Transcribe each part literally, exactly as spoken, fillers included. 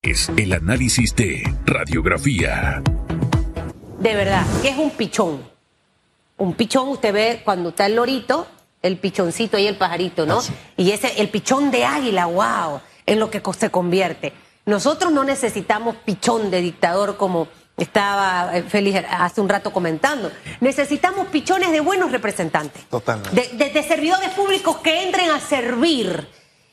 Es el análisis de radiografía. De verdad, ¿qué es un pichón? Un pichón, usted ve cuando está el lorito, el pichoncito y el pajarito, ¿no? Así. Y ese, el pichón de águila, wow, en lo que se convierte. Nosotros no necesitamos pichón de dictador como estaba Félix hace un rato comentando. Necesitamos pichones de buenos representantes. Totalmente. De, de, de servidores públicos que entren a servir.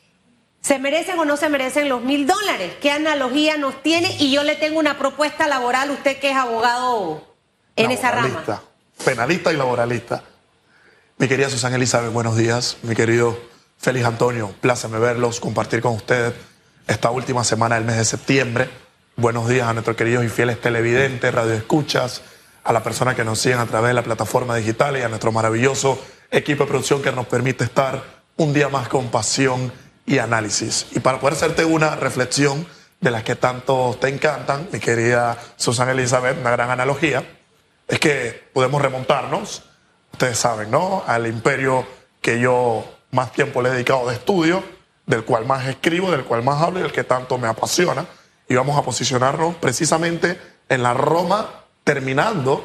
¿Se merecen o no se merecen los mil dólares? ¿Qué analogía nos tiene? Y yo le tengo una propuesta laboral, usted que es abogado en esa rama. Penalista y laboralista. Mi querida Susana Elizabeth, buenos días. Mi querido Félix Antonio, pláceme verlos, compartir con ustedes esta última semana del mes de septiembre. Buenos días a nuestros queridos y fieles televidentes, radioescuchas, a las personas que nos siguen a través de la plataforma digital y a nuestro maravilloso equipo de producción que nos permite estar un día más con pasión y análisis. Y para poder hacerte una reflexión de las que tanto te encantan, mi querida Susana Elizabeth, una gran analogía, es que podemos remontarnos, ustedes saben, ¿no?, al imperio que yo más tiempo le he dedicado de estudio, del cual más escribo, del cual más hablo y del que tanto me apasiona. Y vamos a posicionarnos precisamente en la Roma, terminando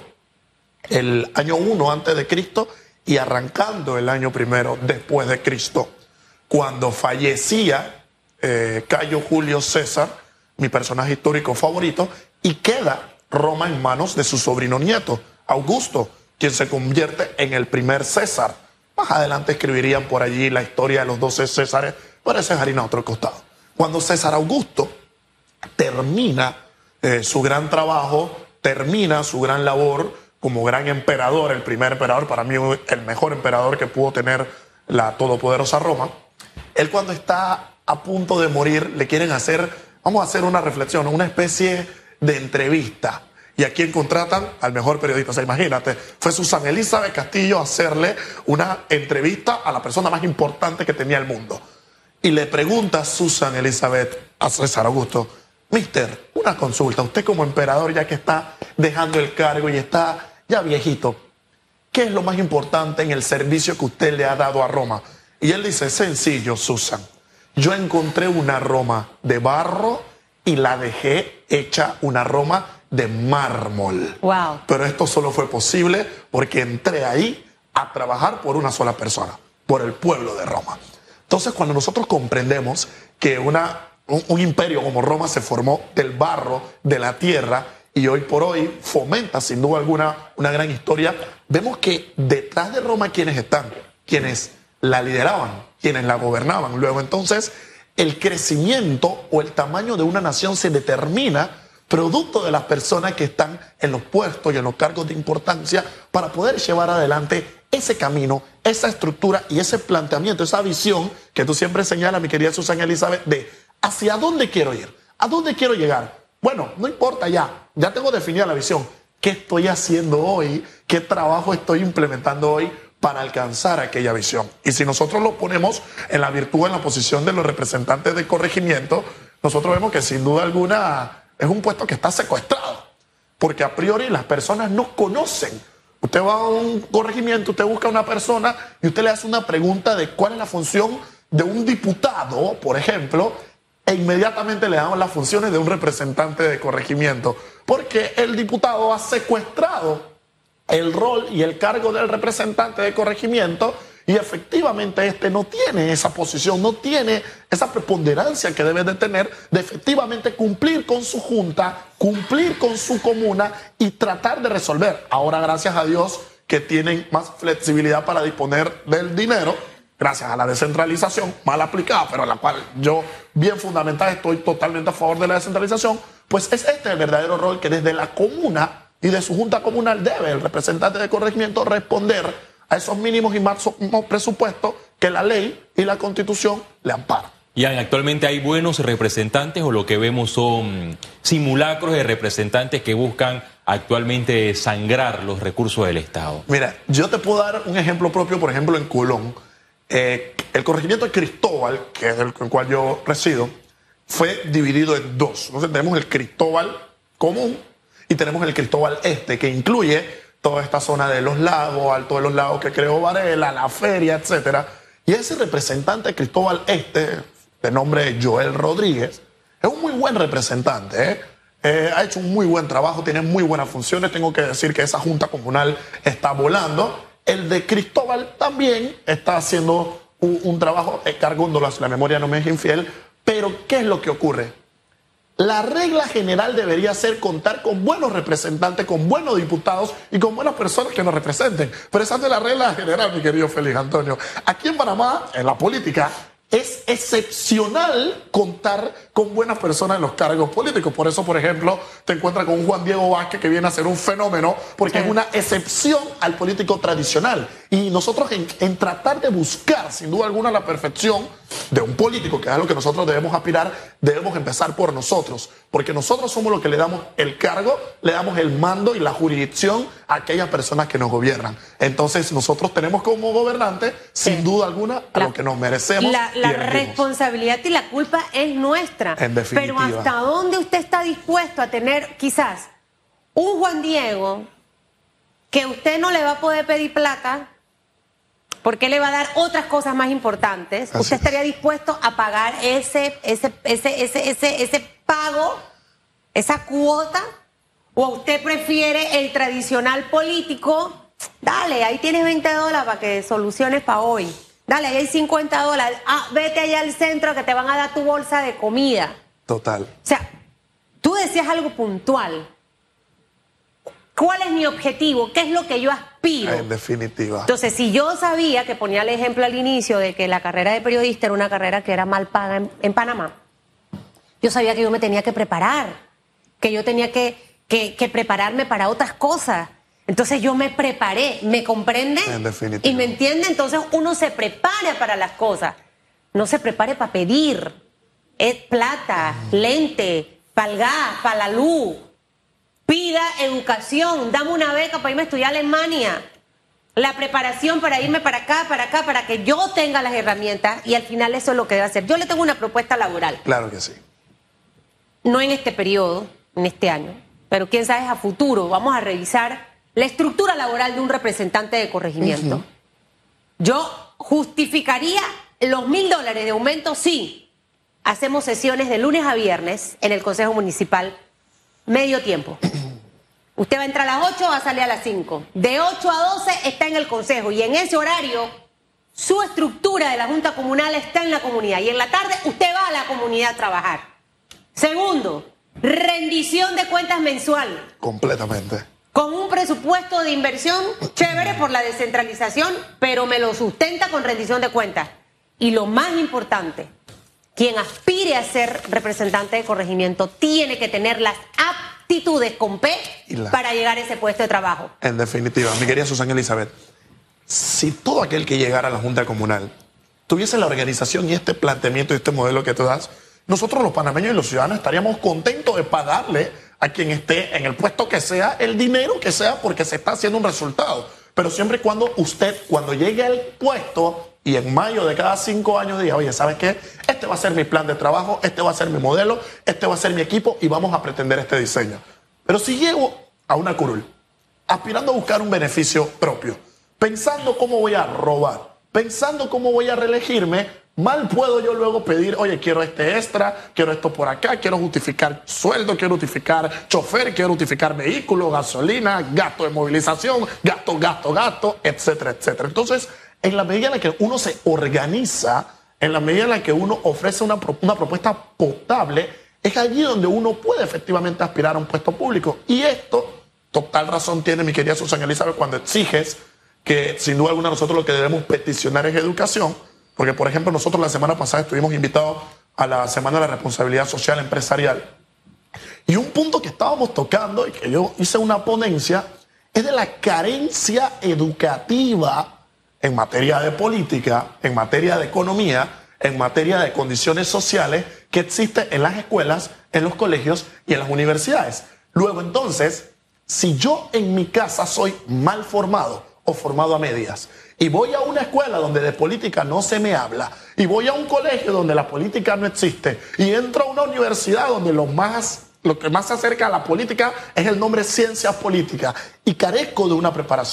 el año uno antes de Cristo y arrancando el año primero después de Cristo, cuando fallecía eh, Cayo Julio César, mi personaje histórico favorito, y queda Roma en manos de su sobrino nieto, Augusto, quien se convierte en el primer César. Más adelante escribirían por allí la historia de los doce Césares, pero ese es harina a otro costado. Cuando César Augusto termina eh, su gran trabajo, termina su gran labor como gran emperador, el primer emperador, para mí el mejor emperador que pudo tener la todopoderosa Roma, él cuando está a punto de morir le quieren hacer, vamos a hacer una reflexión, una especie de entrevista. ¿Y a quién contratan? Al mejor periodista. O sea, imagínate, fue Susana Elizabeth Castillo a hacerle una entrevista a la persona más importante que tenía el mundo. Y le pregunta a Susana Elizabeth a César Augusto: Mister, una consulta, usted como emperador, ya que está dejando el cargo y está ya viejito, ¿qué es lo más importante en el servicio que usted le ha dado a Roma? Y él dice: sencillo, Susan, yo encontré una Roma de barro y la dejé hecha una Roma de mármol. Wow. Pero esto solo fue posible porque entré ahí a trabajar por una sola persona, por el pueblo de Roma. Entonces, cuando nosotros comprendemos que una, un, un imperio como Roma se formó del barro, de la tierra, y hoy por hoy fomenta sin duda alguna una gran historia, vemos que detrás de Roma, ¿quiénes están? Quienes la lideraban, quienes la gobernaban. Luego, entonces, el crecimiento o el tamaño de una nación se determina producto de las personas que están en los puestos y en los cargos de importancia para poder llevar adelante ese camino, esa estructura y ese planteamiento, esa visión que tú siempre señalas, mi querida Susana Elizabeth, de hacia dónde quiero ir, a dónde quiero llegar. Bueno, no importa ya, ya tengo definida la visión. ¿Qué estoy haciendo hoy? ¿Qué trabajo estoy implementando hoy para alcanzar aquella visión? Y si nosotros lo ponemos en la virtud, en la posición de los representantes de corregimiento, nosotros vemos que sin duda alguna es un puesto que está secuestrado, porque a priori las personas no conocen. Usted va a un corregimiento, usted busca a una persona y usted le hace una pregunta de cuál es la función de un diputado, por ejemplo, e inmediatamente le damos las funciones de un representante de corregimiento, porque el diputado ha secuestrado el rol y el cargo del representante de corregimiento y efectivamente este no tiene esa posición, no tiene esa preponderancia que debe de tener de efectivamente cumplir con su junta, cumplir con su comuna y tratar de resolver. Ahora, gracias a Dios que tienen más flexibilidad para disponer del dinero, gracias a la descentralización, mal aplicada, pero la cual yo bien fundamental estoy totalmente a favor de la descentralización, pues es este el verdadero rol que desde la comuna y de su junta comunal debe el representante de corregimiento responder a esos mínimos y máximos presupuestos que la ley y la Constitución le amparan. Y actualmente hay buenos representantes o lo que vemos son simulacros de representantes que buscan actualmente sangrar los recursos del Estado. Mira, yo te puedo dar un ejemplo propio, por ejemplo, en Colón. Eh, el corregimiento de Cristóbal, que es el, el cual yo resido, fue dividido en dos. Entonces tenemos el Cristóbal común y tenemos el Cristóbal este, que incluye toda esta zona de los lagos, Alto de los Lagos que creó Varela, la feria, etcétera. Y ese representante de Cristóbal este, de nombre Joel Rodríguez, es un muy buen representante, ¿eh? Eh, ha hecho un muy buen trabajo, tiene muy buenas funciones. Tengo que decir que esa junta comunal está volando. El de Cristóbal también está haciendo un, un trabajo, eh, cargándola, la memoria no me es infiel. Pero, ¿qué es lo que ocurre? La regla general debería ser contar con buenos representantes, con buenos diputados y con buenas personas que nos representen. Pero esa no es la regla general, mi querido Félix Antonio. Aquí en Panamá, en la política, es excepcional contar con buenas personas en los cargos políticos. Por eso, por ejemplo, te encuentras con un Juan Diego Vázquez que viene a ser un fenómeno porque sí. es una excepción al político tradicional. Y nosotros en, en tratar de buscar, sin duda alguna, la perfección de un político, que es lo que nosotros debemos aspirar, debemos empezar por nosotros. Porque nosotros somos los que le damos el cargo, le damos el mando y la jurisdicción a aquellas personas que nos gobiernan. Entonces, nosotros tenemos como gobernantes, sin sí. duda alguna, a la, lo que nos merecemos. La, la responsabilidad y la culpa es nuestra. En definitiva. Pero ¿hasta dónde usted está dispuesto a tener quizás un Juan Diego que usted no le va a poder pedir plata porque le va a dar otras cosas más importantes? Así ¿Usted estaría dispuesto a pagar ese, ese, ese, ese, ese, ese pago, esa cuota? ¿O usted prefiere el tradicional político? Dale, ahí tienes veinte dólares para que soluciones para hoy. Dale, ahí hay cincuenta dólares. Ah, vete allá al centro que te van a dar tu bolsa de comida. Total. O sea, tú decías algo puntual. ¿Cuál es mi objetivo? ¿Qué es lo que yo aspiro? En definitiva. Entonces, si yo sabía, que ponía el ejemplo al inicio de que la carrera de periodista era una carrera que era mal paga en, en Panamá, yo sabía que yo me tenía que preparar, que yo tenía que, que, que prepararme para otras cosas. Entonces yo me preparé, ¿me comprende? En definitiva. ¿Y me entiende? Entonces uno se prepara para las cosas. No se prepare para pedir. Es plata, mm. lente, para el gas, para la luz. Pida educación, dame una beca para irme a estudiar a Alemania. La preparación para irme para acá, para acá, para que yo tenga las herramientas y al final eso es lo que debe hacer. Yo le tengo una propuesta laboral. Claro que sí. No en este periodo, en este año, pero quién sabe a futuro. Vamos a revisar la estructura laboral de un representante de corregimiento. Uh-huh. Yo justificaría los mil dólares de aumento si hacemos sesiones de lunes a viernes en el Consejo Municipal, medio tiempo. Usted va a entrar a las ocho, va a salir a las cinco. De ocho a doce está en el Consejo y en ese horario su estructura de la Junta Comunal está en la comunidad y en la tarde usted va a la comunidad a trabajar. Segundo, rendición de cuentas mensual. Completamente. Con un presupuesto de inversión chévere por la descentralización, pero me lo sustenta con rendición de cuentas. Y lo más importante, quien aspire a ser representante de corregimiento tiene que tener las aptitudes con P la... para llegar a ese puesto de trabajo. En definitiva, mi querida Susana Elizabeth, si todo aquel que llegara a la Junta Comunal tuviese la organización y este planteamiento y este modelo que tú das, nosotros los panameños y los ciudadanos estaríamos contentos de pagarle a quien esté en el puesto que sea el dinero que sea porque se está haciendo un resultado. Pero siempre y cuando usted, cuando llegue al puesto y en mayo de cada cinco años diga, oye, ¿sabes qué? Este va a ser mi plan de trabajo, este va a ser mi modelo, este va a ser mi equipo y vamos a pretender este diseño. Pero si llego a una curul, aspirando a buscar un beneficio propio, pensando cómo voy a robar, pensando cómo voy a reelegirme, mal puedo yo luego pedir, oye, quiero este extra, quiero esto por acá, quiero justificar sueldo, quiero justificar chofer, quiero justificar vehículo, gasolina, gasto de movilización, gasto, gasto, gasto, etcétera, etcétera. Entonces, en la medida en la que uno se organiza, en la medida en la que uno ofrece una, una propuesta potable, es allí donde uno puede efectivamente aspirar a un puesto público. Y esto, total razón tiene mi querida Susana Elizabeth cuando exiges que sin duda alguna nosotros lo que debemos peticionar es educación. Porque, por ejemplo, nosotros la semana pasada estuvimos invitados a la Semana de la Responsabilidad Social Empresarial. Y un punto que estábamos tocando y que yo hice una ponencia es de la carencia educativa en materia de política, en materia de economía, en materia de condiciones sociales que existe en las escuelas, en los colegios y en las universidades. Luego, entonces, si yo en mi casa soy mal formado o formado a medias, y voy a una escuela donde de política no se me habla, y voy a un colegio donde la política no existe, y entro a una universidad donde lo más, lo que más se acerca a la política es el nombre ciencias políticas, y carezco de una preparación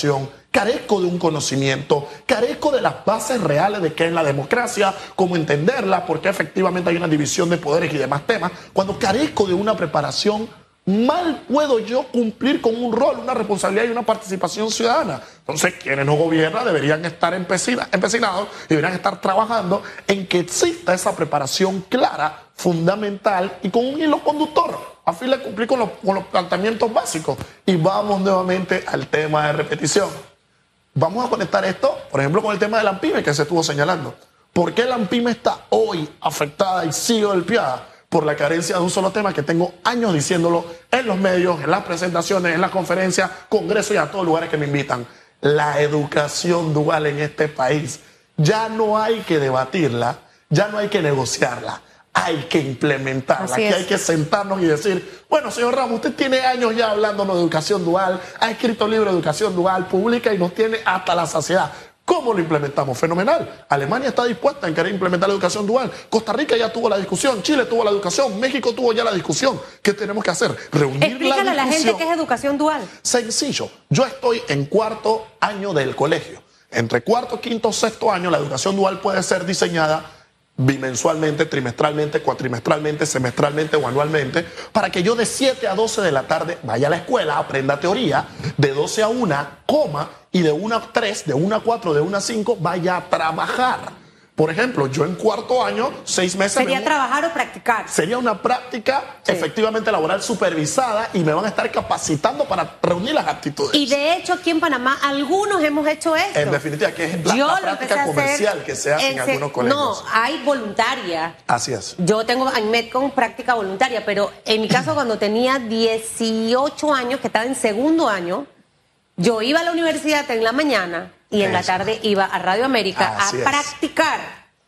carezco de un conocimiento, carezco de las bases reales de qué es la democracia, cómo entenderla, por qué efectivamente hay una división de poderes y demás temas. Cuando carezco de una preparación, mal puedo yo cumplir con un rol, una responsabilidad y una participación ciudadana. Entonces, quienes nos gobiernan deberían estar empecina, empecinados y deberían estar trabajando en que exista esa preparación clara, fundamental y con un hilo conductor, a fin de cumplir con los, con los planteamientos básicos. Y vamos nuevamente al tema de repetición. Vamos a conectar esto, por ejemplo, con el tema de la ANPYME que se estuvo señalando. ¿Por qué la ANPYME está hoy afectada y sigue golpeada? Por la carencia de un solo tema que tengo años diciéndolo en los medios, en las presentaciones, en las conferencias, congresos y a todos lugares que me invitan. La educación dual en este país ya no hay que debatirla, ya no hay que negociarla, hay que implementarla. Aquí hay que sentarnos y decir, bueno, señor Ramos, usted tiene años ya hablándonos de educación dual, ha escrito libros de educación dual, publica y nos tiene hasta la saciedad. ¿Cómo lo implementamos? Fenomenal. Alemania está dispuesta en querer implementar la educación dual. Costa Rica ya tuvo la discusión. Chile tuvo la educación. México tuvo ya la discusión. ¿Qué tenemos que hacer? Reunir Explícale la discusión. a la gente qué es educación dual. Sencillo. Yo estoy en cuarto año del colegio. Entre cuarto, quinto, sexto año, la educación dual puede ser diseñada bimensualmente, trimestralmente, cuatrimestralmente, semestralmente o anualmente, para que yo de siete a doce de la tarde vaya a la escuela, aprenda teoría, de doce a una, coma, y de una a tres, de una a cuatro, de una a cinco, vaya a trabajar. Por ejemplo, yo en cuarto año, seis meses... ¿Sería me... trabajar o practicar? Sería una práctica sí. efectivamente laboral supervisada y me van a estar capacitando para reunir las aptitudes. Y de hecho aquí en Panamá algunos hemos hecho esto. En definitiva, que es la, Yo la lo práctica comercial que se hace en, en algunos colegios. No, hay voluntaria. Así es. Yo tengo en Medcom práctica voluntaria, pero en mi caso cuando tenía dieciocho años, que estaba en segundo año, yo iba a la universidad en la mañana y en Eso. la tarde iba a Radio América Así a es. practicar.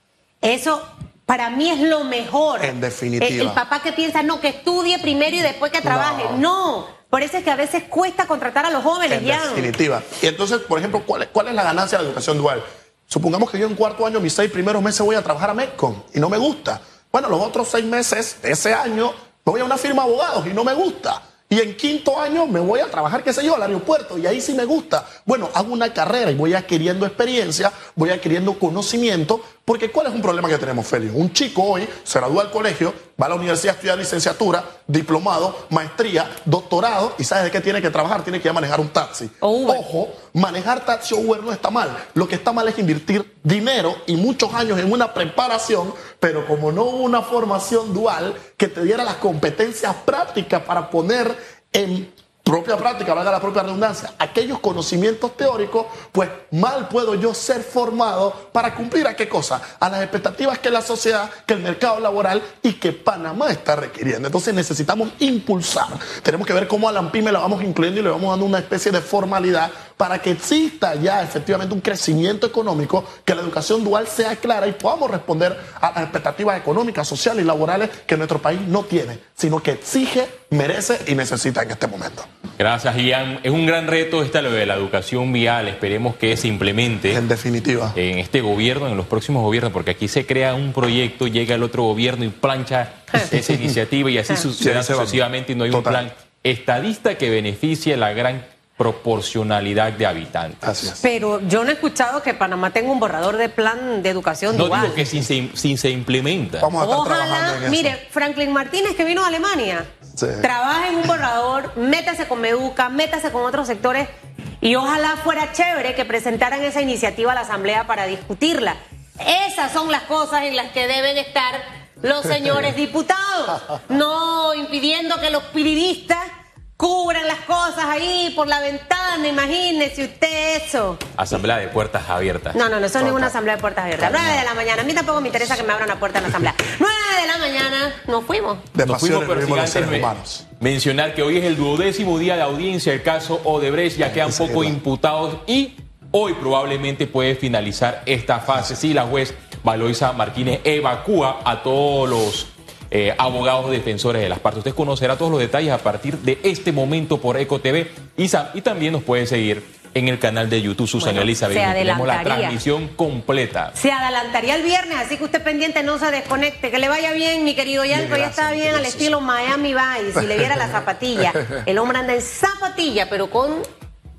Eso para mí es lo mejor. En definitiva. El, el papá que piensa, no, que estudie primero y después que trabaje. No. no. Por eso es que a veces cuesta contratar a los jóvenes. En ya. definitiva. Y entonces, por ejemplo, ¿cuál es, ¿cuál es la ganancia de la educación dual? Supongamos que yo en cuarto año, mis seis primeros meses voy a trabajar a Medcom y no me gusta. Bueno, los otros seis meses de ese año me voy a una firma de abogados y no me gusta. Y en quinto año me voy a trabajar, qué sé yo, al aeropuerto, y ahí sí me gusta. Bueno, hago una carrera y voy adquiriendo experiencia, voy adquiriendo conocimiento, porque ¿cuál es un problema que tenemos, Félix? Un chico hoy se gradúa del colegio, va a la universidad a estudiar licenciatura, diplomado, maestría, doctorado, y ¿sabes de qué tiene que trabajar? Tiene que ir a manejar un taxi. Uber. Ojo, manejar taxi o Uber no está mal. Lo que está mal es invertir dinero y muchos años en una preparación, pero como no hubo una formación dual que te diera las competencias prácticas para poner en propia práctica, valga la propia redundancia, aquellos conocimientos teóricos, pues mal puedo yo ser formado para cumplir a qué cosa, a las expectativas que la sociedad, que el mercado laboral y que Panamá está requiriendo. Entonces necesitamos impulsar, tenemos que ver cómo a la ANPYME la vamos incluyendo y le vamos dando una especie de formalidad para que exista ya efectivamente un crecimiento económico, que la educación dual sea clara y podamos responder a las expectativas económicas, sociales y laborales que nuestro país no tiene, sino que exige, merece y necesita en este momento. Gracias, Ian. Es un gran reto esta lo de la educación vial. Esperemos que se implemente. En definitiva. En este gobierno, en los próximos gobiernos, porque aquí se crea un proyecto, llega el otro gobierno y plancha esa iniciativa y así sucede sucesivamente y no hay Total. un plan estadista que beneficie a la gran proporcionalidad de habitantes. Así es. Pero yo no he escuchado que Panamá tenga un borrador de plan de educación no dual. No digo que si se, si se implementa. Vamos a estar Ojalá, trabajando en mire, eso. Franklin Martínez que vino a Alemania, sí. trabaja en un borrador, métase con Meduca, métase con otros sectores y ojalá fuera chévere que presentaran esa iniciativa a la Asamblea para discutirla. Esas son las cosas en las que deben estar los señores diputados, no impidiendo que los periodistas cubran las cosas ahí por la ventana, imagínese usted eso. Asamblea de puertas abiertas. No, no, no, eso no es ninguna asamblea de puertas abiertas. Nueve de la mañana, a mí tampoco me interesa que me abran la puerta en la asamblea. Nueve de la mañana, nos fuimos. Nos fuimos, pero sin antes me, mencionar que hoy es el duodécimo día de audiencia del caso Odebrecht, ya quedan pocos imputados y hoy probablemente puede finalizar esta fase. Sí, la juez Valoisa Martínez evacúa a todos los Eh, abogados defensores de las partes. Usted conocerá todos los detalles a partir de este momento por Eco T V y, y también nos puede seguir en el canal de YouTube Susana bueno, Elizabeth. Tenemos la transmisión completa. Se adelantaría el viernes, así que usted pendiente, no se desconecte. Que le vaya bien, mi querido Yanko. Ya está bien al estilo Miami Vice. Si le viera la zapatilla. El hombre anda en zapatilla, pero con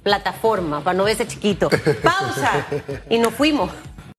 plataforma, para no verse chiquito. Pausa. Y nos fuimos.